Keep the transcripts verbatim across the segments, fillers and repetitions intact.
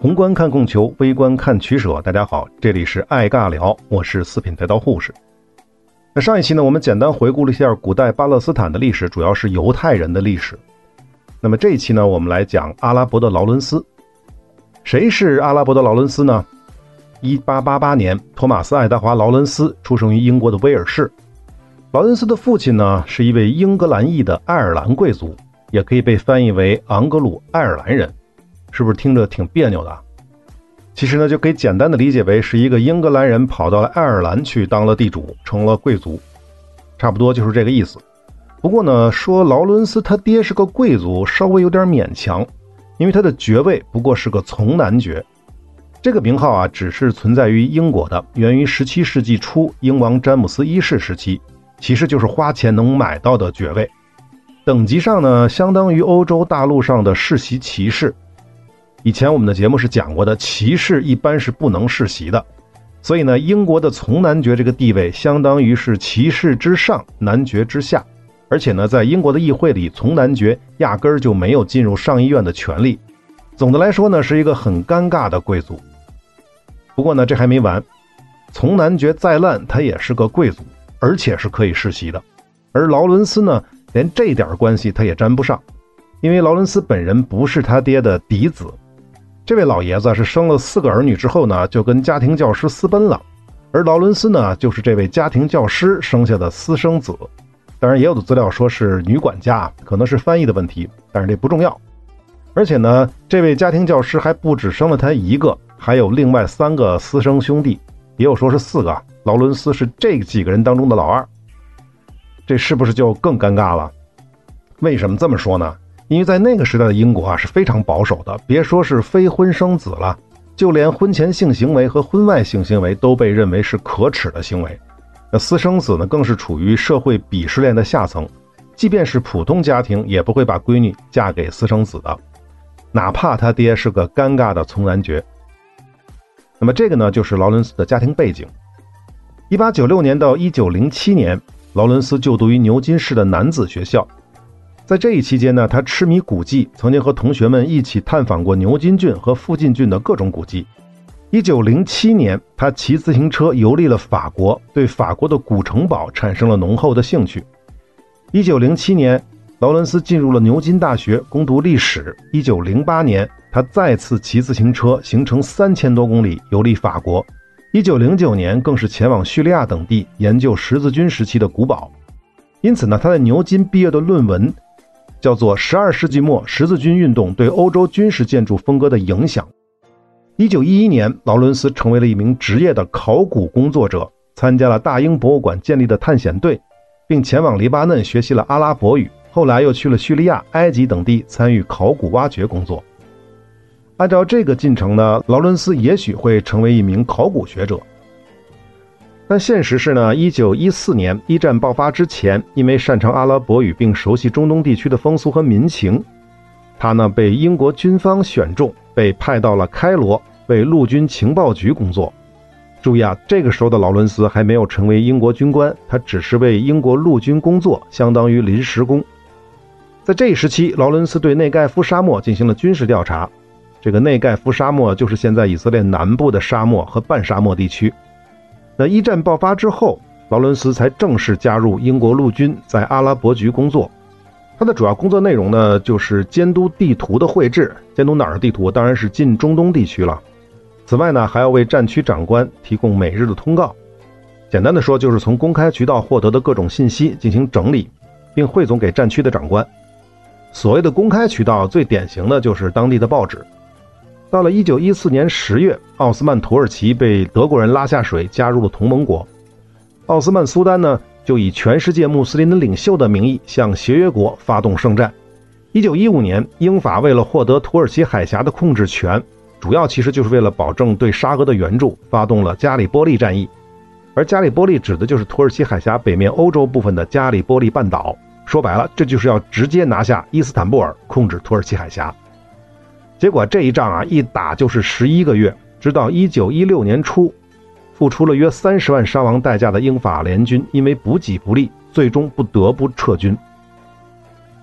宏观看供求，微观看取舍。大家好，这里是爱尬聊，我是四品带刀护士。那上一期呢，我们简单回顾了一下古代巴勒斯坦的历史，主要是犹太人的历史。那么这一期呢，我们来讲阿拉伯的劳伦斯。谁是阿拉伯的劳伦斯呢？一八八八年，托马斯·爱德华·劳伦斯出生于英国的威尔士。劳伦斯的父亲呢，是一位英格兰裔的爱尔兰贵族，也可以被翻译为昂格鲁爱尔兰人。是不是听着挺别扭的？其实呢，就可以简单的理解为是一个英格兰人跑到了爱尔兰去当了地主，成了贵族，差不多就是这个意思。不过呢，说劳伦斯他爹是个贵族稍微有点勉强，因为他的爵位不过是个从男爵。这个名号啊，只是存在于英国的，源于十七世纪初英王詹姆斯一世时期，其实就是花钱能买到的爵位。等级上呢，相当于欧洲大陆上的世袭骑士。以前我们的节目是讲过的，骑士一般是不能世袭的，所以呢，英国的从男爵这个地位相当于是骑士之上，男爵之下。而且呢，在英国的议会里，从男爵压根儿就没有进入上议院的权利。总的来说呢，是一个很尴尬的贵族。不过呢，这还没完，从男爵再烂，他也是个贵族，而且是可以世袭的。而劳伦斯呢，连这点关系他也沾不上，因为劳伦斯本人不是他爹的嫡子。这位老爷子是生了四个儿女之后呢，就跟家庭教师私奔了，而劳伦斯呢，就是这位家庭教师生下的私生子。当然也有的资料说是女管家，可能是翻译的问题，但是这不重要。而且呢，这位家庭教师还不只生了他一个，还有另外三个私生兄弟，也有说是四个，劳伦斯是这几个人当中的老二。这是不是就更尴尬了？为什么这么说呢？因为在那个时代的英国啊，是非常保守的，别说是非婚生子了，就连婚前性行为和婚外性行为都被认为是可耻的行为。那私生子呢，更是处于社会鄙视链的下层，即便是普通家庭也不会把闺女嫁给私生子的，哪怕他爹是个尴尬的从男爵。那么这个呢，就是劳伦斯的家庭背景。一八九六年到一九零七年，劳伦斯就读于牛津市的男子学校。在这一期间呢，他痴迷古迹，曾经和同学们一起探访过牛津郡和附近郡的各种古迹。一九零七年，他骑自行车游历了法国，对法国的古城堡产生了浓厚的兴趣。一九零七年，劳伦斯进入了牛津大学攻读历史。一九零八年，他再次骑自行车行程三千多公里游历法国。一九零九年，更是前往叙利亚等地研究十字军时期的古堡。因此呢，他在牛津毕业的论文叫做十二世纪末十字军运动对欧洲军事建筑风格的影响。一九一一年，劳伦斯成为了一名职业的考古工作者，参加了大英博物馆建立的探险队，并前往黎巴嫩学习了阿拉伯语，后来又去了叙利亚、埃及等地参与考古挖掘工作。按照这个进程呢，劳伦斯也许会成为一名考古学者。但现实是呢，一九一四年一战爆发之前，因为擅长阿拉伯语并熟悉中东地区的风俗和民情，他呢被英国军方选中，被派到了开罗为陆军情报局工作。注意啊，这个时候的劳伦斯还没有成为英国军官，他只是为英国陆军工作，相当于临时工。在这一时期，劳伦斯对内盖夫沙漠进行了军事调查。这个内盖夫沙漠就是现在以色列南部的沙漠和半沙漠地区。那一战爆发之后，劳伦斯才正式加入英国陆军，在阿拉伯局工作。他的主要工作内容呢，就是监督地图的绘制。监督哪儿的地图？当然是近中东地区了。此外呢，还要为战区长官提供每日的通告。简单的说，就是从公开渠道获得的各种信息进行整理，并汇总给战区的长官。所谓的公开渠道，最典型的就是当地的报纸。到了一九一四年十月，奥斯曼土耳其被德国人拉下水，加入了同盟国。奥斯曼苏丹呢，就以全世界穆斯林的领袖的名义向协约国发动圣战。一九一五年，英法为了获得土耳其海峡的控制权，主要其实就是为了保证对沙俄的援助，发动了加里波利战役。而加里波利指的就是土耳其海峡北面欧洲部分的加里波利半岛。说白了，这就是要直接拿下伊斯坦布尔，控制土耳其海峡。结果这一仗啊，一打就是十一个月，直到一九一六年初，付出了约三十万伤亡代价的英法联军因为补给不力，最终不得不撤军。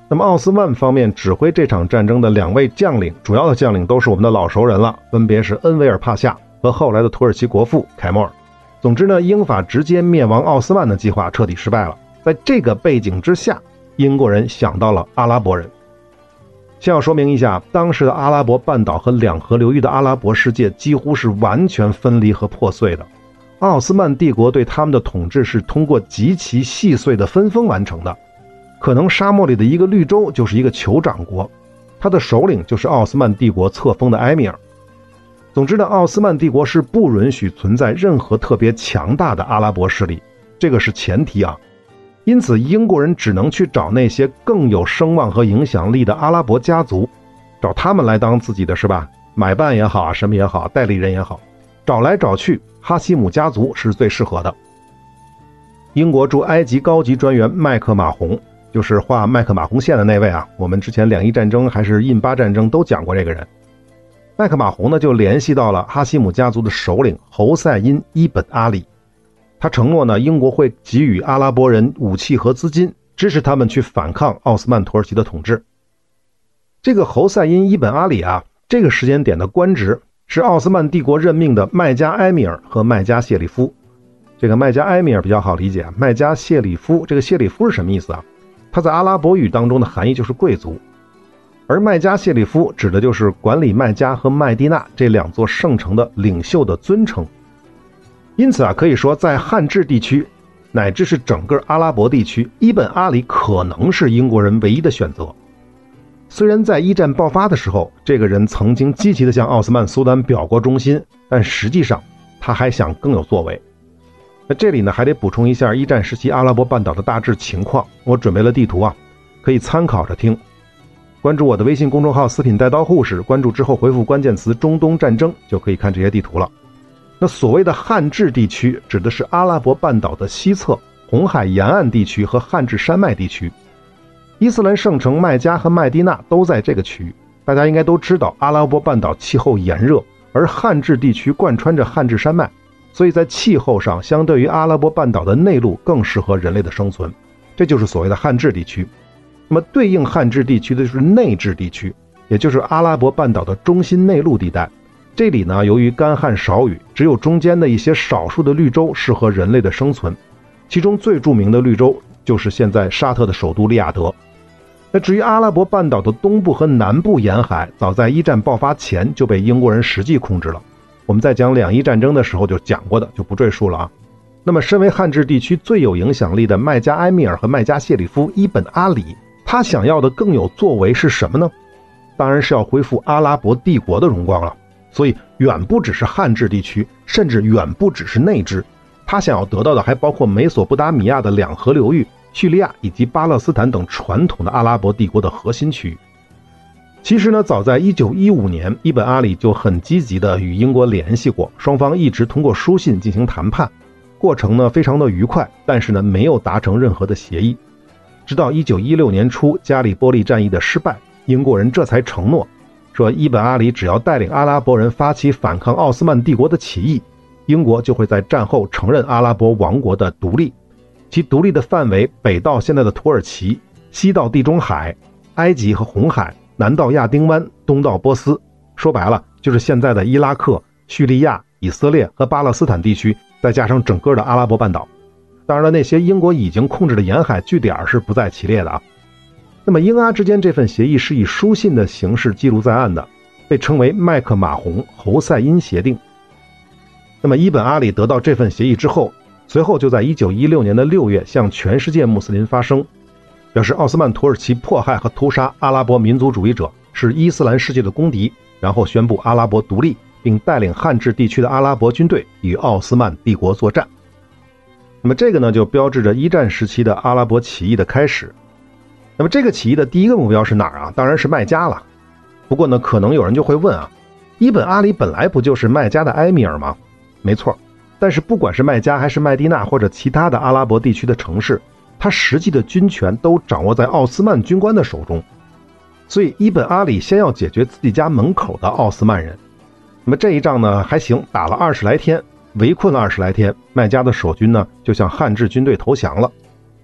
那么奥斯曼方面指挥这场战争的两位将领，主要的将领都是我们的老熟人了，分别是恩维尔帕夏和后来的土耳其国父凯末尔。总之呢，英法直接灭亡奥斯曼的计划彻底失败了。在这个背景之下，英国人想到了阿拉伯人。先要说明一下，当时的阿拉伯半岛和两河流域的阿拉伯世界几乎是完全分离和破碎的。奥斯曼帝国对他们的统治是通过极其细碎的分封完成的。可能沙漠里的一个绿洲就是一个酋长国，他的首领就是奥斯曼帝国册封的埃米尔。总之呢，奥斯曼帝国是不允许存在任何特别强大的阿拉伯势力，这个是前提啊。因此英国人只能去找那些更有声望和影响力的阿拉伯家族，找他们来当自己的是吧，买办也好啊，什么也好，代理人也好，找来找去，哈希姆家族是最适合的。英国驻埃及高级专员麦克马洪，就是画麦克马洪线的那位啊，我们之前两伊战争还是印巴战争都讲过这个人。麦克马洪呢就联系到了哈希姆家族的首领侯赛因·伊本阿里，他承诺呢英国会给予阿拉伯人武器和资金，支持他们去反抗奥斯曼土耳其的统治。这个侯赛因·伊本阿里啊，这个时间点的官职是奥斯曼帝国任命的麦加埃米尔和麦加谢里夫。这个麦加埃米尔比较好理解，麦加谢里夫，这个谢里夫是什么意思啊？他在阿拉伯语当中的含义就是贵族，而麦加谢里夫指的就是管理麦加和麦地那这两座圣城的领袖的尊称。因此啊，可以说在汉治地区乃至是整个阿拉伯地区，伊本阿里可能是英国人唯一的选择。虽然在一战爆发的时候，这个人曾经积极地向奥斯曼苏丹表过忠心，但实际上他还想更有作为。那这里呢还得补充一下一战时期阿拉伯半岛的大致情况，我准备了地图啊，可以参考着听。关注我的微信公众号四品带刀护士，关注之后回复关键词中东战争就可以看这些地图了。那所谓的汉治地区指的是阿拉伯半岛的西侧红海沿岸地区和汉治山脉地区，伊斯兰圣城麦加和麦地那都在这个区域。大家应该都知道阿拉伯半岛气候炎热，而汉治地区贯穿着汉治山脉，所以在气候上相对于阿拉伯半岛的内陆更适合人类的生存，这就是所谓的汉治地区。那么对应汉治地区的就是内治地区，也就是阿拉伯半岛的中心内陆地带。这里呢，由于干旱少雨，只有中间的一些少数的绿洲适合人类的生存，其中最著名的绿洲就是现在沙特的首都利雅得。那至于阿拉伯半岛的东部和南部沿海，早在一战爆发前就被英国人实际控制了，我们在讲两伊战争的时候就讲过的，就不赘述了啊。那么身为汉治地区最有影响力的麦加埃米尔和麦加谢里夫伊本阿里，他想要的更有作为是什么呢？当然是要恢复阿拉伯帝国的荣光了。所以远不只是汉治地区，甚至远不只是内治，他想要得到的还包括美索不达米亚的两河流域、叙利亚以及巴勒斯坦等传统的阿拉伯帝国的核心区域。其实呢，早在一九一五年，伊本阿里就很积极地与英国联系过，双方一直通过书信进行谈判，过程呢非常的愉快，但是呢没有达成任何的协议。直到一九一六年初加里波利战役的失败，英国人这才承诺说伊本阿里只要带领阿拉伯人发起反抗奥斯曼帝国的起义，英国就会在战后承认阿拉伯王国的独立，其独立的范围北到现在的土耳其，西到地中海、埃及和红海，南到亚丁湾，东到波斯，说白了就是现在的伊拉克、叙利亚、以色列和巴勒斯坦地区，再加上整个的阿拉伯半岛。当然了，那些英国已经控制的沿海据点是不在其列的啊。那么英阿之间这份协议是以书信的形式记录在案的，被称为麦克马洪侯赛因协定。那么伊本阿里得到这份协议之后，随后就在一九一六年的六月向全世界穆斯林发声，表示奥斯曼土耳其迫害和屠杀阿拉伯民族主义者是伊斯兰世界的公敌，然后宣布阿拉伯独立，并带领汉治地区的阿拉伯军队与奥斯曼帝国作战。那么这个呢，就标志着一战时期的阿拉伯起义的开始。那么这个起义的第一个目标是哪儿啊？当然是麦加了。不过呢，可能有人就会问啊，伊本阿里本来不就是麦加的埃米尔吗？没错，但是不管是麦加还是麦地那或者其他的阿拉伯地区的城市，他实际的军权都掌握在奥斯曼军官的手中。所以伊本阿里先要解决自己家门口的奥斯曼人。那么这一仗呢还行，打了二十来天，围困了二十来天，麦加的守军呢就向汉治军队投降了。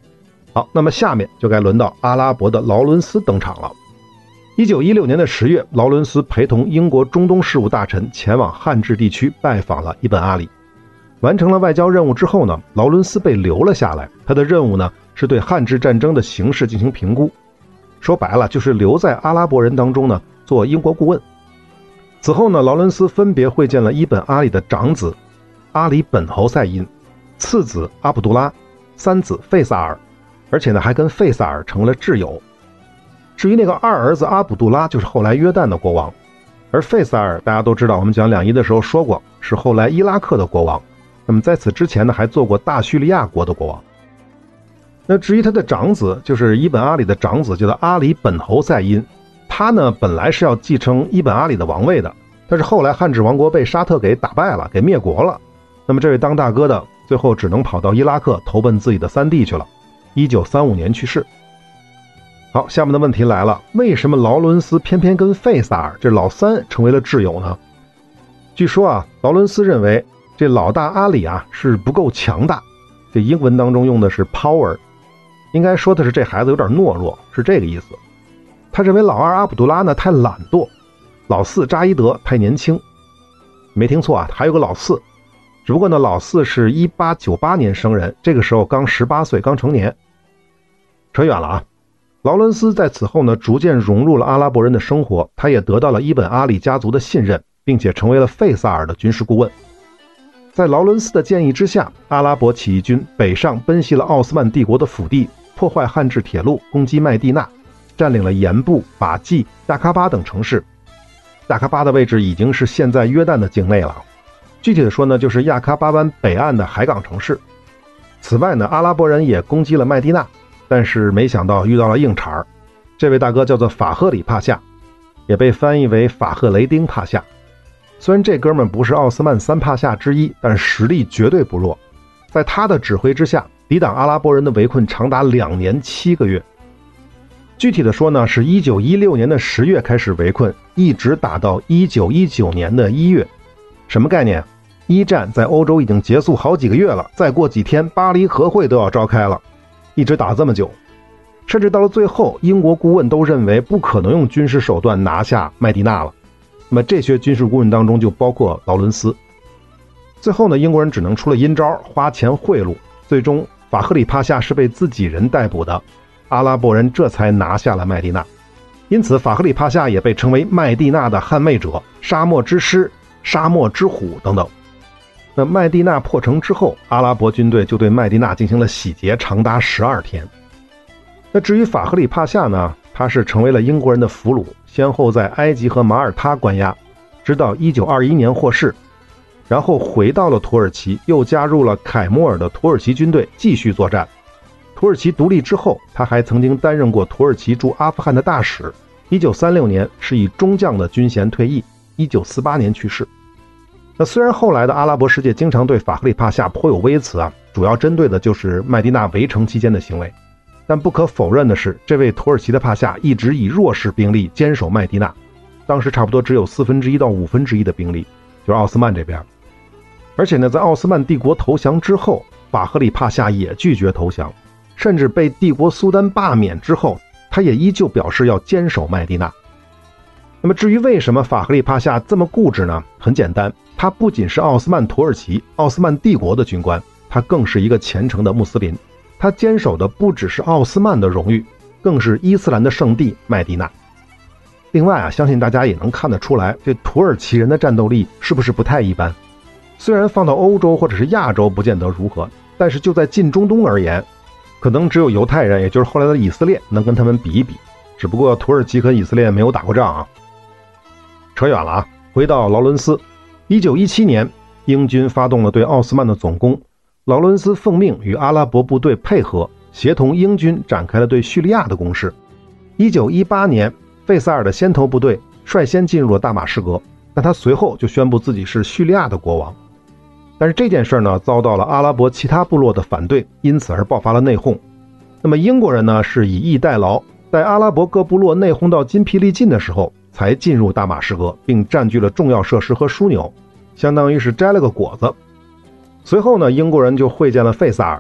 好，那么下面就该轮到阿拉伯的劳伦斯登场了。一九一六年的十月，劳伦斯陪同英国中东事务大臣前往汉志地区拜访了伊本阿里。完成了外交任务之后呢，劳伦斯被留了下来，他的任务呢是对汉志战争的形势进行评估，说白了就是留在阿拉伯人当中呢做英国顾问。此后呢，劳伦斯分别会见了伊本阿里的长子阿里本侯赛因、次子阿卜杜拉、三子费萨尔，而且呢还跟费萨尔成了挚友。至于那个二儿子阿卜杜拉，就是后来约旦的国王，而费萨尔大家都知道，我们讲两伊的时候说过，是后来伊拉克的国王。那么在此之前呢，还做过大叙利亚国的国王。那至于他的长子，就是伊本阿里的长子，叫做阿里本侯赛因，他呢本来是要继承伊本阿里的王位的，但是后来汉志王国被沙特给打败了，给灭国了。那么这位当大哥的最后只能跑到伊拉克投奔自己的三弟去了，一九三五年去世。好，下面的问题来了，为什么劳伦斯偏偏跟费萨尔这老三成为了挚友呢？据说啊，劳伦斯认为这老大阿里啊是不够强大，这英文当中用的是 power， 应该说的是这孩子有点懦弱，是这个意思。他认为老二阿卜杜拉呢太懒惰，老四扎伊德太年轻。没听错啊，还有个老四，只不过呢老四是一八九八年生人，这个时候刚十八岁，刚成年。扯远了啊。劳伦斯在此后呢逐渐融入了阿拉伯人的生活，他也得到了伊本阿里家族的信任，并且成为了费萨尔的军事顾问。在劳伦斯的建议之下，阿拉伯起义军北上奔袭了奥斯曼帝国的腹地，破坏汉志铁路，攻击麦地那，占领了盐布、法纪、亚喀巴等城市。亚喀巴的位置已经是现在约旦的境内了，具体的说呢，就是亚喀巴湾北岸的海港城市。此外呢，阿拉伯人也攻击了麦地那，但是没想到遇到了硬茬儿。这位大哥叫做法赫里帕夏，也被翻译为法赫雷丁帕夏。虽然这哥们不是奥斯曼三帕夏之一，但实力绝对不弱。在他的指挥之下，抵挡阿拉伯人的围困长达两年七个月。具体的说呢，是一九一六年的十月开始围困，一直打到一九一九年的一月。什么概念？一战在欧洲已经结束好几个月了，再过几天巴黎和会都要召开了，一直打这么久。甚至到了最后，英国顾问都认为不可能用军事手段拿下麦地那了。那么这些军事顾问当中就包括劳伦斯。最后呢，英国人只能出了阴招，花钱贿赂，最终法赫里帕夏是被自己人逮捕的，阿拉伯人这才拿下了麦地那。因此法赫里帕夏也被称为麦地那的捍卫者、沙漠之狮、沙漠之虎等等。那麦地那破城之后，阿拉伯军队就对麦地那进行了洗劫，长达十二天。那至于法赫里帕夏呢，他是成为了英国人的俘虏，先后在埃及和马耳他关押，直到一九二一年获释，然后回到了土耳其，又加入了凯莫尔的土耳其军队继续作战。土耳其独立之后，他还曾经担任过土耳其驻阿富汗的大使。一九三六年是以中将的军衔退役，一九四八年去世。那虽然后来的阿拉伯世界经常对法赫里帕夏颇有微词啊，主要针对的就是麦地那围城期间的行为，但不可否认的是，这位土耳其的帕夏一直以弱势兵力坚守麦地那，当时差不多只有四分之一到五分之一的兵力，就是奥斯曼这边。而且呢，在奥斯曼帝国投降之后，法赫里帕夏也拒绝投降，甚至被帝国苏丹罢免之后，他也依旧表示要坚守麦地那。那么至于为什么法赫里帕夏这么固执呢？很简单，他不仅是奥斯曼土耳其、奥斯曼帝国的军官，他更是一个虔诚的穆斯林。他坚守的不只是奥斯曼的荣誉，更是伊斯兰的圣地麦地那。另外啊，相信大家也能看得出来，这土耳其人的战斗力是不是不太一般？虽然放到欧洲或者是亚洲不见得如何，但是就在近中东而言，可能只有犹太人，也就是后来的以色列能跟他们比一比。只不过土耳其和以色列没有打过仗啊。扯远了啊，回到劳伦斯。一九一七年，英军发动了对奥斯曼的总攻，劳伦斯奉命与阿拉伯部队配合，协同英军展开了对叙利亚的攻势。一九一八年，费萨尔的先头部队率先进入了大马士革，但他随后就宣布自己是叙利亚的国王。但是这件事呢，遭到了阿拉伯其他部落的反对，因此而爆发了内讧。那么英国人呢，是以逸待劳，在阿拉伯各部落内讧到筋疲力尽的时候，才进入大马士革，并占据了重要设施和枢纽，相当于是摘了个果子。随后呢，英国人就会见了费萨尔，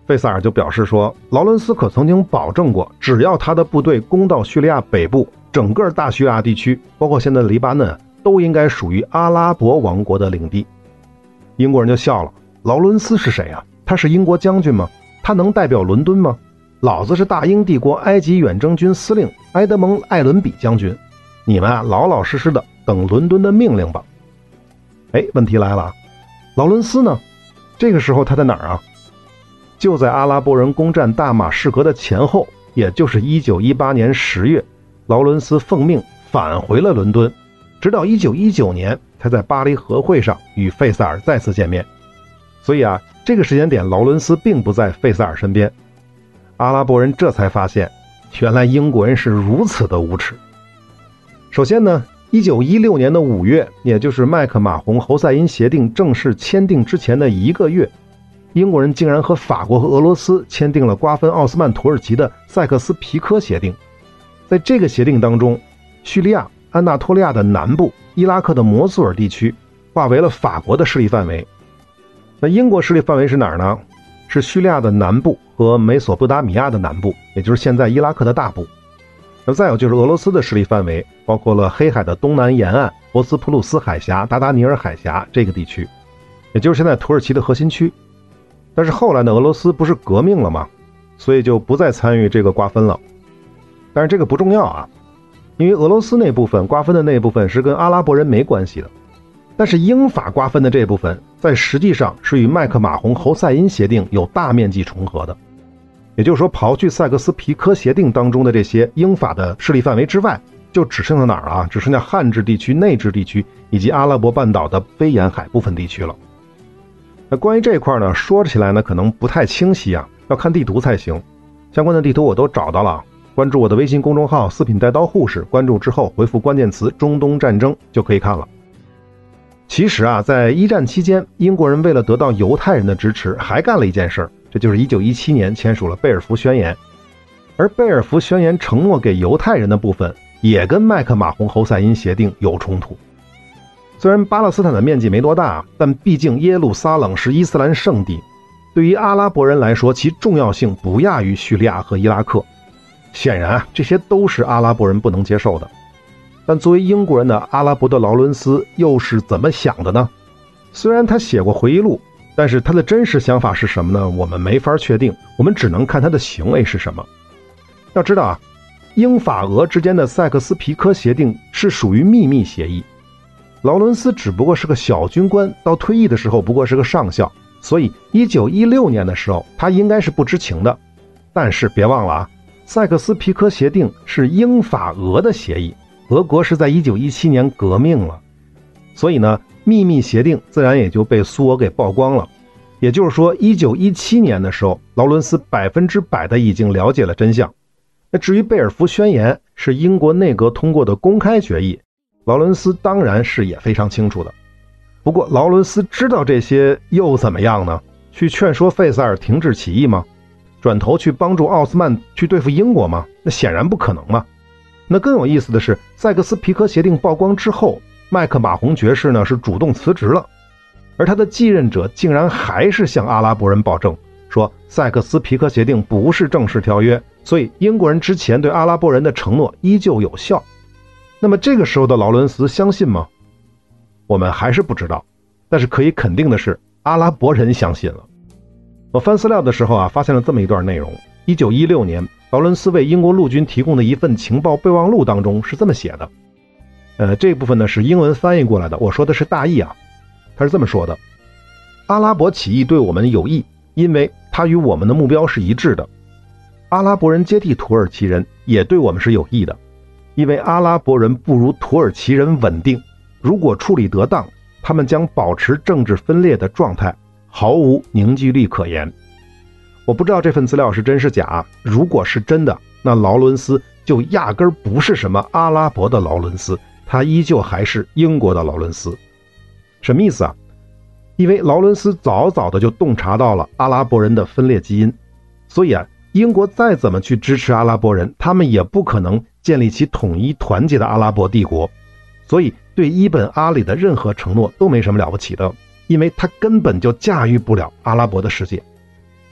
费萨尔就表示说，劳伦斯可曾经保证过，只要他的部队攻到叙利亚北部，整个大叙利亚地区，包括现在的黎巴嫩，都应该属于阿拉伯王国的领地。英国人就笑了，劳伦斯是谁啊？他是英国将军吗？他能代表伦敦吗？老子是大英帝国埃及远征军司令埃德蒙·艾伦比将军，你们啊老老实实的等伦敦的命令吧。哎，问题来了，劳伦斯呢？这个时候他在哪儿啊？就在阿拉伯人攻占大马士革的前后，也就是一九一八年十月，劳伦斯奉命返回了伦敦，直到一九一九年才在巴黎和会上与费萨尔再次见面。所以啊，这个时间点劳伦斯并不在费萨尔身边。阿拉伯人这才发现，原来英国人是如此的无耻。首先呢，一九一六年的五月，也就是麦克马洪侯赛因协定正式签订之前的一个月，英国人竟然和法国和俄罗斯签订了瓜分奥斯曼土耳其的塞克斯皮科协定。在这个协定当中，叙利亚、安纳托利亚的南部、伊拉克的摩苏尔地区划为了法国的势力范围。那英国势力范围是哪儿呢？是叙利亚的南部和美索不达米亚的南部，也就是现在伊拉克的大部。那再有就是俄罗斯的势力范围，包括了黑海的东南沿岸、博斯普鲁斯海峡、达达尼尔海峡这个地区，也就是现在土耳其的核心区。但是后来呢，俄罗斯不是革命了吗？所以就不再参与这个瓜分了。但是这个不重要啊，因为俄罗斯那部分瓜分的那部分是跟阿拉伯人没关系的。但是英法瓜分的这部分在实际上是与麦克马洪侯赛因协定有大面积重合的。也就是说，刨去塞克斯皮科协定当中的这些英法的势力范围之外，就只剩下哪儿啊？只剩下汉治地区、内治地区以及阿拉伯半岛的非沿海部分地区了。那关于这一块呢，说起来呢可能不太清晰啊，要看地图才行。相关的地图我都找到了，关注我的微信公众号四品带刀护士，关注之后回复关键词中东战争就可以看了。其实啊，在一战期间，英国人为了得到犹太人的支持，还干了一件事，这就是一九一七年签署了贝尔福宣言。而贝尔福宣言承诺给犹太人的部分，也跟麦克马洪侯赛因协定有冲突。虽然巴勒斯坦的面积没多大，但毕竟耶路撒冷是伊斯兰圣地，对于阿拉伯人来说，其重要性不亚于叙利亚和伊拉克。显然啊，这些都是阿拉伯人不能接受的。但作为英国人的阿拉伯的劳伦斯又是怎么想的呢？虽然他写过回忆录，但是他的真实想法是什么呢？我们没法确定，我们只能看他的行为是什么。要知道啊，英法俄之间的塞克斯皮科协定是属于秘密协议，劳伦斯只不过是个小军官，到退役的时候不过是个上校，所以一九一六年的时候他应该是不知情的。但是别忘了啊，塞克斯皮科协定是英法俄的协议，俄国是在一九一七年革命了，所以呢，秘密协定自然也就被苏俄给曝光了。也就是说，一九一七年的时候，劳伦斯百分之百的已经了解了真相。那至于贝尔福宣言是英国内阁通过的公开决议，劳伦斯当然是也非常清楚的。不过劳伦斯知道这些又怎么样呢？去劝说费萨尔停止起义吗？转头去帮助奥斯曼去对付英国吗？那显然不可能嘛。那更有意思的是，塞克斯皮科协定曝光之后，麦克马洪爵士呢是主动辞职了，而他的继任者竟然还是向阿拉伯人保证说塞克斯皮科协定不是正式条约，所以英国人之前对阿拉伯人的承诺依旧有效。那么这个时候的劳伦斯相信吗？我们还是不知道，但是可以肯定的是，阿拉伯人相信了。我翻资料的时候啊，发现了这么一段内容。一九一六年，劳伦斯为英国陆军提供的一份情报备忘录当中是这么写的，呃，这部分呢是英文翻译过来的，我说的是大意啊。他是这么说的：阿拉伯起义对我们有益，因为它与我们的目标是一致的。阿拉伯人接替土耳其人也对我们是有益的，因为阿拉伯人不如土耳其人稳定，如果处理得当，他们将保持政治分裂的状态，毫无凝聚力可言。我不知道这份资料是真是假，如果是真的，那劳伦斯就压根儿不是什么阿拉伯的劳伦斯，他依旧还是英国的劳伦斯。什么意思啊？因为劳伦斯早早的就洞察到了阿拉伯人的分裂基因，所以啊，英国再怎么去支持阿拉伯人，他们也不可能建立起统一团结的阿拉伯帝国，所以对伊本阿里的任何承诺都没什么了不起的，因为他根本就驾驭不了阿拉伯的世界。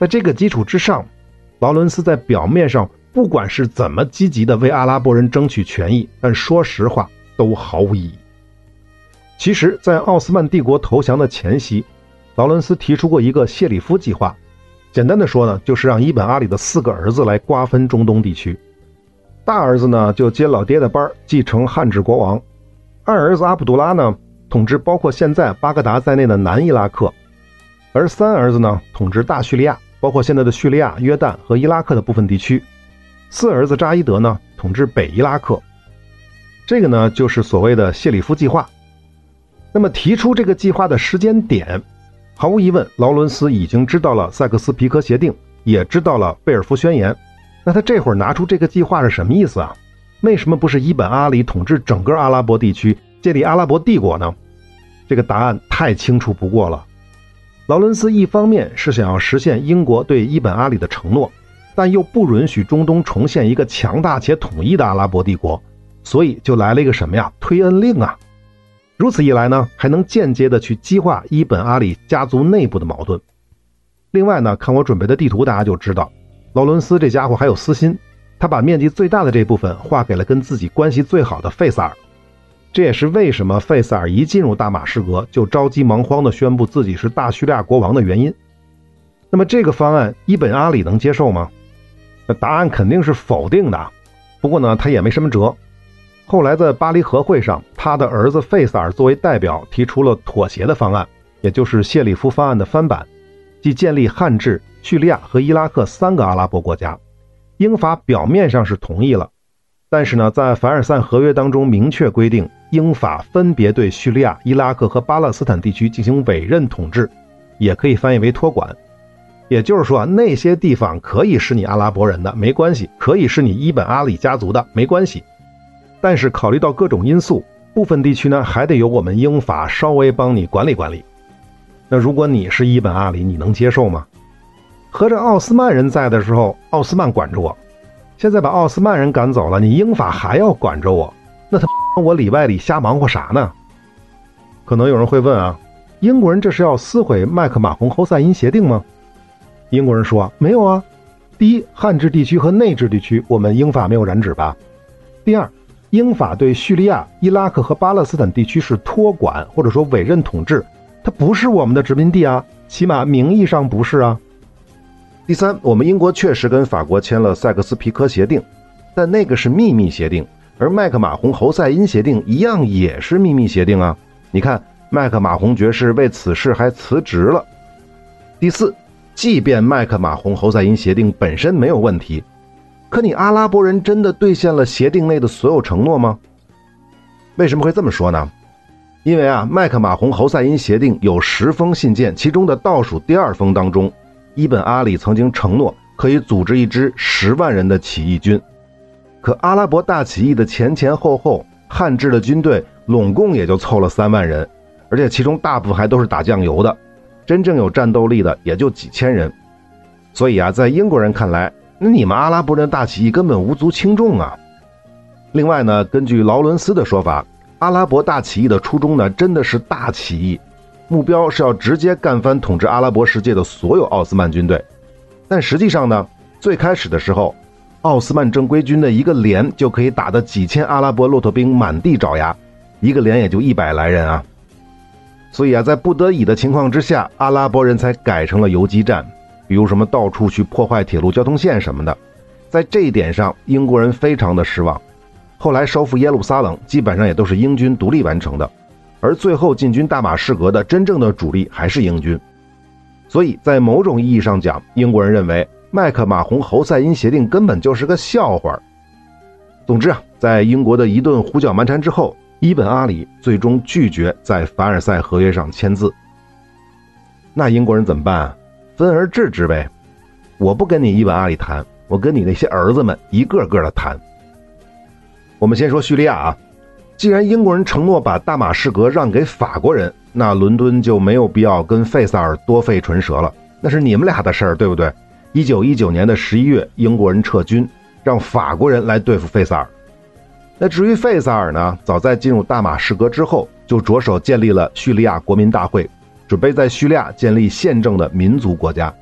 在这个基础之上，劳伦斯在表面上不管是怎么积极的为阿拉伯人争取权益，但说实话都毫无意义。其实在奥斯曼帝国投降的前夕，劳伦斯提出过一个谢里夫计划，简单的说呢，就是让伊本阿里的四个儿子来瓜分中东地区。大儿子呢就接老爹的班，继承汉治国王，二儿子阿卜杜拉呢统治包括现在巴格达在内的南伊拉克，而三儿子呢统治大叙利亚，包括现在的叙利亚、约旦和伊拉克的部分地区，四儿子扎伊德呢统治北伊拉克。这个呢就是所谓的谢里夫计划。那么提出这个计划的时间点，毫无疑问劳伦斯已经知道了塞克斯皮科协定，也知道了贝尔福宣言。那他这会儿拿出这个计划是什么意思啊？为什么不是伊本阿里统治整个阿拉伯地区，建立阿拉伯帝国呢？这个答案太清楚不过了。劳伦斯一方面是想要实现英国对伊本阿里的承诺，但又不允许中东重现一个强大且统一的阿拉伯帝国，所以就来了一个什么呀？推恩令啊！如此一来呢，还能间接的去激化伊本阿里家族内部的矛盾。另外呢，看我准备的地图大家就知道，劳伦斯这家伙还有私心，他把面积最大的这部分划给了跟自己关系最好的费萨尔。这也是为什么费萨尔一进入大马士革就着急忙慌地宣布自己是大叙利亚国王的原因。那么这个方案伊本阿里能接受吗？那答案肯定是否定的。不过呢，他也没什么辙。后来在巴黎和会上，他的儿子费萨尔作为代表提出了妥协的方案，也就是谢里夫方案的翻版，即建立汉治、叙利亚和伊拉克三个阿拉伯国家。英法表面上是同意了，但是呢，在凡尔赛合约当中明确规定，英法分别对叙利亚、伊拉克和巴勒斯坦地区进行委任统治，也可以翻译为托管。也就是说，那些地方可以是你阿拉伯人的，没关系；可以是你伊本阿里家族的，没关系。但是考虑到各种因素，部分地区呢还得由我们英法稍微帮你管理管理。那如果你是伊本阿里，你能接受吗？合着奥斯曼人在的时候，奥斯曼管着我，现在把奥斯曼人赶走了，你英法还要管着我，那他我里外里瞎忙活啥呢？可能有人会问啊，英国人这是要撕毁麦克马洪侯赛因协定吗？英国人说没有啊。第一，汉治地区和内治地区我们英法没有染指吧。第二，英法对叙利亚、伊拉克和巴勒斯坦地区是托管或者说委任统治，它不是我们的殖民地啊，起码名义上不是啊。第三，我们英国确实跟法国签了塞克斯皮科协定，但那个是秘密协定，而麦克马洪侯赛因协定一样也是秘密协定啊。你看麦克马洪爵士为此事还辞职了。第四，即便麦克马洪侯赛因协定本身没有问题，可你阿拉伯人真的兑现了协定内的所有承诺吗？为什么会这么说呢？因为啊，麦克马洪侯赛因协定有十封信件，其中的倒数第二封当中，伊本阿里曾经承诺可以组织一支十万人的起义军。可阿拉伯大起义的前前后后，汉治的军队拢共也就凑了三万人，而且其中大部分还都是打酱油的，真正有战斗力的也就几千人。所以啊，在英国人看来，那你们阿拉伯人的大起义根本无足轻重啊。另外呢，根据劳伦斯的说法，阿拉伯大起义的初衷呢，真的是大起义，目标是要直接干翻统治阿拉伯世界的所有奥斯曼军队。但实际上呢，最开始的时候，奥斯曼正规军的一个连就可以打得几千阿拉伯骆驼兵满地找牙，一个连也就一百来人啊。所以啊，在不得已的情况之下，阿拉伯人才改成了游击战，比如什么到处去破坏铁路交通线什么的。在这一点上，英国人非常的失望。后来收复耶路撒冷基本上也都是英军独立完成的，而最后进军大马士革的真正的主力还是英军。所以在某种意义上讲，英国人认为麦克马洪侯赛因协定根本就是个笑话。总之啊，在英国的一顿胡搅蛮缠之后，伊本阿里最终拒绝在凡尔赛合约上签字。那英国人怎么办啊？分而治之呗。我不跟你伊本阿里谈，我跟你那些儿子们一个个的谈。我们先说叙利亚啊，既然英国人承诺把大马士革让给法国人，那伦敦就没有必要跟费萨尔多费唇舌了，那是你们俩的事儿，对不对？一九一九年的十一月，英国人撤军，让法国人来对付费萨尔。那至于费萨尔呢，早在进入大马士革之后，就着手建立了叙利亚国民大会，准备在叙利亚建立宪政的民族国家。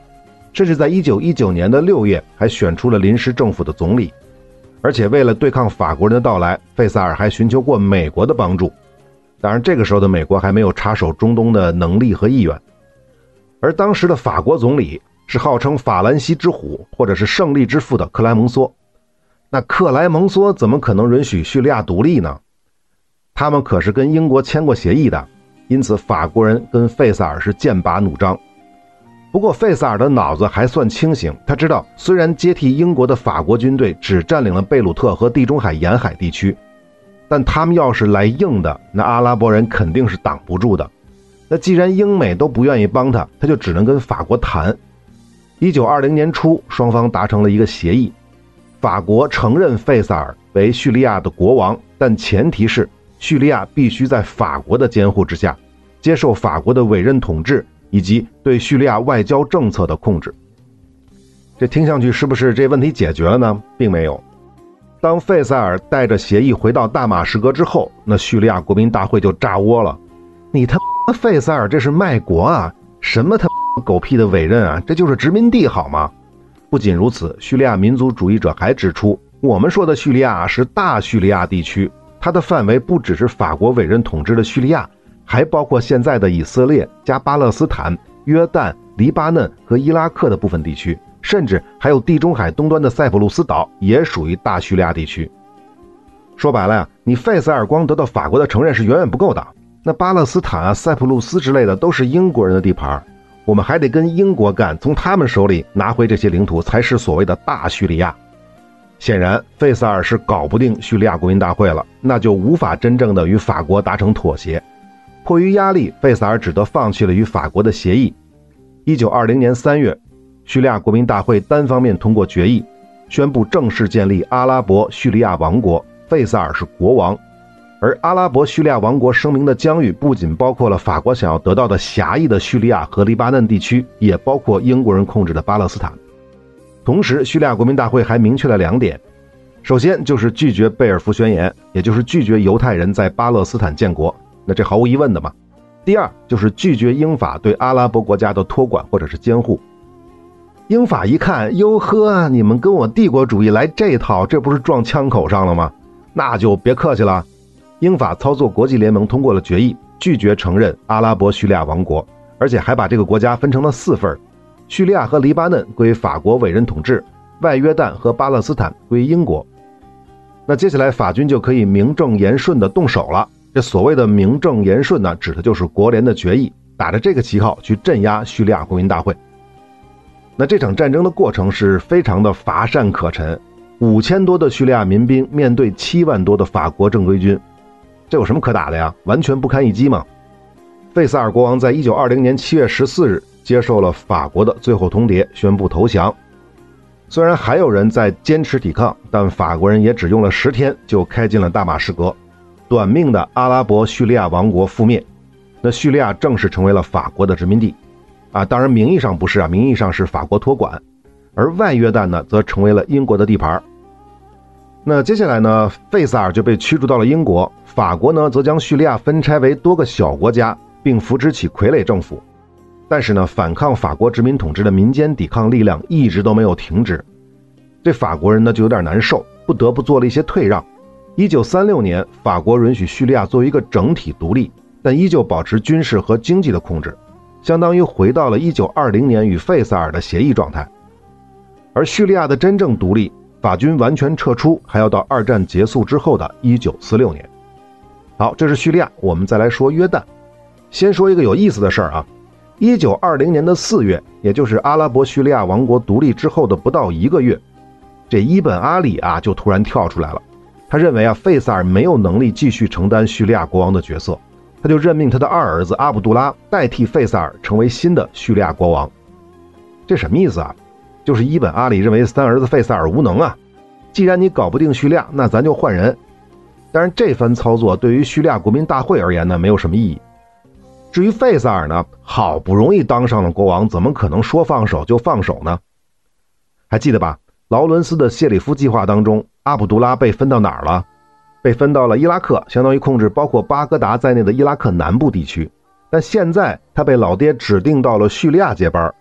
甚至在一九一九年的六月还选出了临时政府的总理。而且为了对抗法国人的到来，费萨尔还寻求过美国的帮助。当然这个时候的美国还没有插手中东的能力和意愿。而当时的法国总理是号称法兰西之虎或者是胜利之父的克莱蒙梭。那克莱蒙梭怎么可能允许叙利亚独立呢？他们可是跟英国签过协议的，因此法国人跟费萨尔是剑拔弩张。不过费萨尔的脑子还算清醒，他知道虽然接替英国的法国军队只占领了贝鲁特和地中海沿海地区，但他们要是来硬的，那阿拉伯人肯定是挡不住的。那既然英美都不愿意帮他，他就只能跟法国谈。一九二零年初，双方达成了一个协议，法国承认费萨尔为叙利亚的国王，但前提是叙利亚必须在法国的监护之下，接受法国的委任统治以及对叙利亚外交政策的控制。这听上去是不是这问题解决了呢？并没有。当费萨尔带着协议回到大马士革之后，那叙利亚国民大会就炸窝了。你他妈费萨尔这是卖国啊，什么他妈狗屁的委任啊，这就是殖民地好吗？不仅如此，叙利亚民族主义者还指出，我们说的叙利亚是大叙利亚地区，它的范围不只是法国委任统治的叙利亚，还包括现在的以色列加巴勒斯坦、约旦、黎巴嫩和伊拉克的部分地区，甚至还有地中海东端的塞浦路斯岛也属于大叙利亚地区。说白了呀，你费萨尔光得到法国的承认是远远不够的，那巴勒斯坦啊、塞浦路斯之类的都是英国人的地盘，我们还得跟英国干，从他们手里拿回这些领土，才是所谓的大叙利亚。显然费萨尔是搞不定叙利亚国民大会了，那就无法真正的与法国达成妥协。迫于压力，费萨尔只得放弃了与法国的协议。一九二零年三月，叙利亚国民大会单方面通过决议，宣布正式建立阿拉伯叙利亚王国，费萨尔是国王。而阿拉伯叙利亚王国声明的疆域不仅包括了法国想要得到的狭义的叙利亚和黎巴嫩地区，也包括英国人控制的巴勒斯坦。同时叙利亚国民大会还明确了两点，首先就是拒绝贝尔福宣言，也就是拒绝犹太人在巴勒斯坦建国，那这毫无疑问的嘛。第二就是拒绝英法对阿拉伯国家的托管或者是监护。英法一看，哟呵，你们跟我帝国主义来这套，这不是撞枪口上了吗？那就别客气了。英法操作国际联盟通过了决议，拒绝承认阿拉伯叙利亚王国，而且还把这个国家分成了四份，叙利亚和黎巴嫩归法国委任统治，外约旦和巴勒斯坦归英国。那接下来法军就可以名正言顺地动手了。这所谓的名正言顺呢，指的就是国联的决议，打着这个旗号去镇压叙利亚国民大会。那这场战争的过程是非常的乏善可陈，五千多的叙利亚民兵面对七万多的法国正规军，这有什么可打的呀？完全不堪一击嘛。费萨尔国王在一九二零年七月十四日接受了法国的最后通牒，宣布投降。虽然还有人在坚持抵抗，但法国人也只用了十天就开进了大马士革，短命的阿拉伯叙利亚王国覆灭，那叙利亚正式成为了法国的殖民地啊，当然名义上不是啊，名义上是法国托管，而外约旦呢则成为了英国的地盘。那接下来呢，费萨尔就被驱逐到了英国，法国呢则将叙利亚分拆为多个小国家，并扶持起傀儡政府。但是呢，反抗法国殖民统治的民间抵抗力量一直都没有停止，这法国人呢就有点难受，不得不做了一些退让。一九三六年，法国允许叙利亚作为一个整体独立，但依旧保持军事和经济的控制，相当于回到了一九二零年与费萨尔的协议状态。而叙利亚的真正独立，法军完全撤出还要到二战结束之后的一九四六年。好，这是叙利亚，我们再来说约旦。先说一个有意思的事儿啊，一九二零年的四月，也就是阿拉伯叙利亚王国独立之后的不到一个月，这伊本阿里啊就突然跳出来了。他认为啊，费萨尔没有能力继续承担叙利亚国王的角色，他就任命他的二儿子阿卜杜拉代替费萨尔成为新的叙利亚国王。这什么意思啊？就是伊本阿里认为三儿子费萨尔无能啊，既然你搞不定叙利亚，那咱就换人。当然这番操作对于叙利亚国民大会而言呢，没有什么意义。至于费萨尔呢，好不容易当上了国王，怎么可能说放手就放手呢？还记得吧，劳伦斯的谢里夫计划当中，阿卜杜拉被分到哪儿了？被分到了伊拉克，相当于控制包括巴格达在内的伊拉克南部地区。但现在他被老爹指定到了叙利亚接班。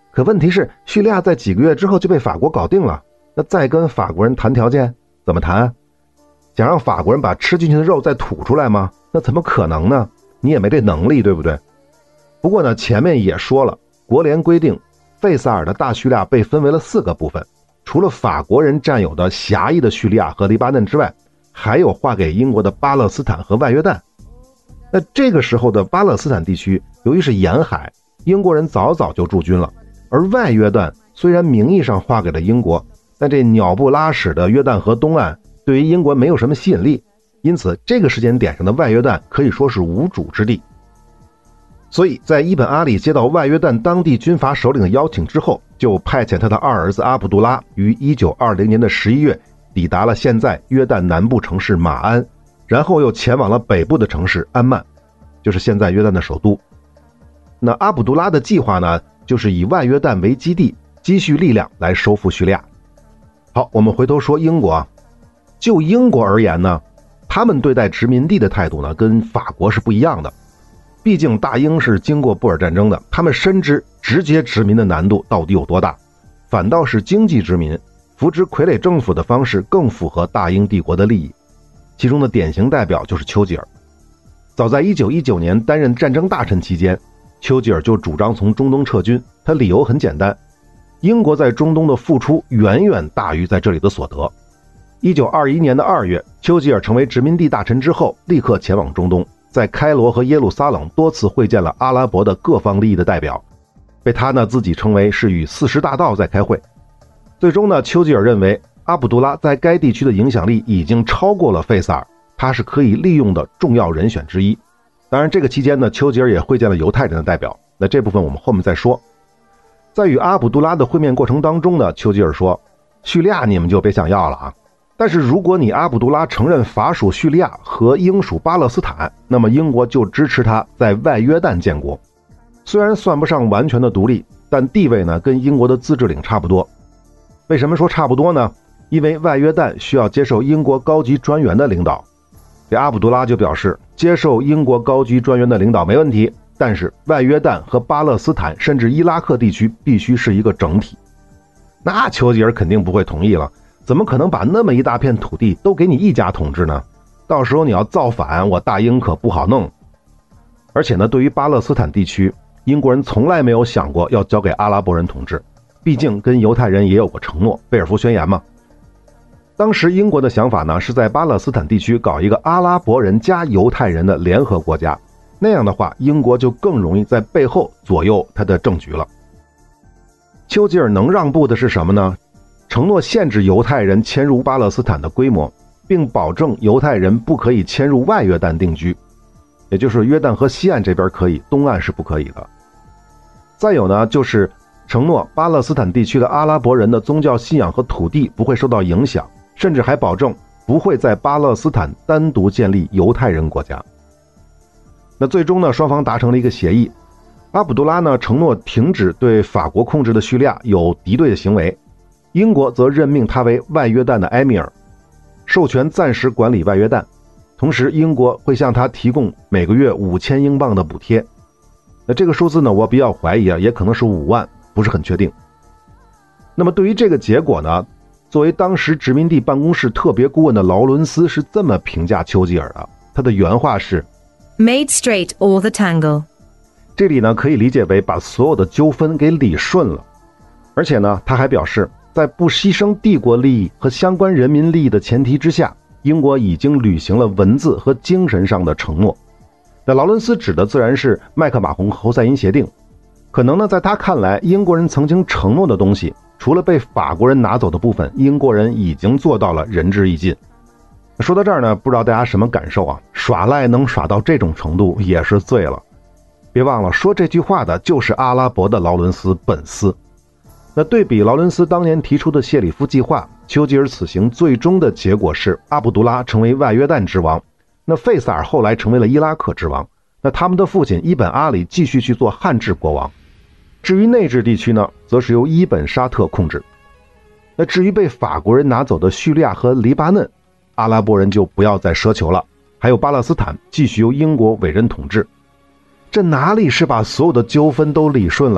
可问题是叙利亚在几个月之后就被法国搞定了，那再跟法国人谈条件怎么谈？想让法国人把吃进去的肉再吐出来吗？那怎么可能呢？你也没这能力，对不对？不过呢，前面也说了，国联规定费萨尔的大叙利亚被分为了四个部分，除了法国人占有的狭义的叙利亚和黎巴嫩之外，还有划给英国的巴勒斯坦和外约旦。那这个时候的巴勒斯坦地区由于是沿海，英国人早早就驻军了，而外约旦虽然名义上划给了英国，但这鸟不拉屎的约旦河东岸对于英国没有什么吸引力，因此这个时间点上的外约旦可以说是无主之地。所以在伊本阿里接到外约旦当地军阀首领的邀请之后，就派遣他的二儿子阿卜杜拉于一九二零年的十一月抵达了现在约旦南部城市马鞍，然后又前往了北部的城市安曼，就是现在约旦的首都。那阿卜杜拉的计划呢，就是以外约旦为基地，积蓄力量来收复叙利亚。好，我们回头说英国啊，就英国而言呢，他们对待殖民地的态度呢，跟法国是不一样的。毕竟大英是经过布尔战争的，他们深知直接殖民的难度到底有多大，反倒是经济殖民，扶植傀儡政府的方式更符合大英帝国的利益。其中的典型代表就是丘吉尔。早在一九一九年担任战争大臣期间，丘吉尔就主张从中东撤军，他理由很简单，英国在中东的付出远远大于在这里的所得。一九二一年的二月，丘吉尔成为殖民地大臣之后，立刻前往中东，在开罗和耶路撒冷多次会见了阿拉伯的各方利益的代表，被他呢自己称为是与四十大盗在开会。最终呢，丘吉尔认为阿卜杜拉在该地区的影响力已经超过了费萨尔，他是可以利用的重要人选之一。当然这个期间呢，丘吉尔也会见了犹太人的代表，那这部分我们后面再说。在与阿卜杜拉的会面过程当中呢，丘吉尔说，叙利亚你们就别想要了啊，但是如果你阿卜杜拉承认法属叙利亚和英属巴勒斯坦，那么英国就支持他在外约旦建国。虽然算不上完全的独立，但地位呢跟英国的自治领差不多。为什么说差不多呢？因为外约旦需要接受英国高级专员的领导。这阿卜杜拉就表示，接受英国高级专员的领导没问题，但是外约旦和巴勒斯坦甚至伊拉克地区必须是一个整体。那丘吉尔肯定不会同意了，怎么可能把那么一大片土地都给你一家统治呢？到时候你要造反，我大英可不好弄。而且呢，对于巴勒斯坦地区，英国人从来没有想过要交给阿拉伯人统治，毕竟跟犹太人也有过承诺，贝尔福宣言嘛。当时英国的想法呢，是在巴勒斯坦地区搞一个阿拉伯人加犹太人的联合国家，那样的话英国就更容易在背后左右他的政局了。丘吉尔能让步的是什么呢？承诺限制犹太人迁入巴勒斯坦的规模，并保证犹太人不可以迁入外约旦定居，也就是约旦河西岸这边可以，东岸是不可以的。再有呢，就是承诺巴勒斯坦地区的阿拉伯人的宗教信仰和土地不会受到影响，甚至还保证不会在巴勒斯坦单独建立犹太人国家。那最终呢，双方达成了一个协议，阿卜杜拉呢承诺停止对法国控制的叙利亚有敌对的行为，英国则任命他为外约旦的埃米尔，授权暂时管理外约旦，同时英国会向他提供每个月五千英镑的补贴。那这个数字呢，我比较怀疑啊，也可能是五万，不是很确定。那么对于这个结果呢，作为当时殖民地办公室特别顾问的劳伦斯是这么评价丘吉尔的，他的原话是 Made straight all the tangle。 这里呢可以理解为把所有的纠纷给理顺了。而且呢他还表示，在不牺牲帝国利益和相关人民利益的前提之下，英国已经履行了文字和精神上的承诺。那劳伦斯指的自然是麦克马洪侯赛因协定。可能呢在他看来，英国人曾经承诺的东西，除了被法国人拿走的部分，英国人已经做到了仁至义尽。说到这儿呢，不知道大家什么感受啊？耍赖能耍到这种程度也是醉了。别忘了，说这句话的就是阿拉伯的劳伦斯本斯。那对比劳伦斯当年提出的谢里夫计划，丘吉尔此行最终的结果是阿卜杜拉成为外约旦之王，那费萨尔后来成为了伊拉克之王，那他们的父亲伊本阿里继续去做汉治国王。至于内治地区呢，则是由伊本沙特控制。那至于被法国人拿走的叙利亚和黎巴嫩，阿拉伯人就不要再奢求了，还有巴勒斯坦继续由英国委任统治。这哪里是把所有的纠纷都理顺了，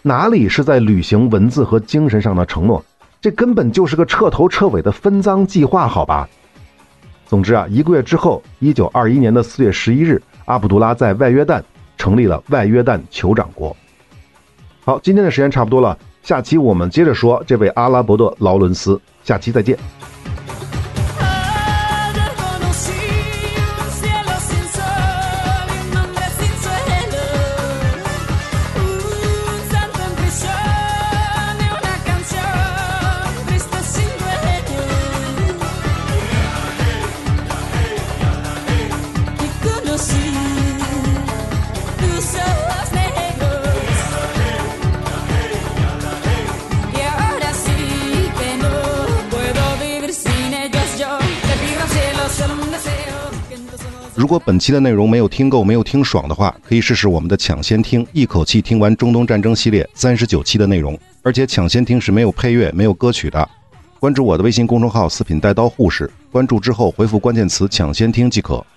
哪里是在履行文字和精神上的承诺，这根本就是个彻头彻尾的分赃计划，好吧。总之啊，一个月之后，一九二一年的四月十一日，阿卜杜拉在外约旦成立了外约旦酋长国。好，今天的时间差不多了，下期我们接着说这位阿拉伯的劳伦斯，下期再见。如果本期的内容没有听够、没有听爽的话，可以试试我们的抢先听，一口气听完中东战争系列三十九期的内容，而且抢先听是没有配乐、没有歌曲的。关注我的微信公众号四品带刀护士，关注之后回复关键词抢先听即可。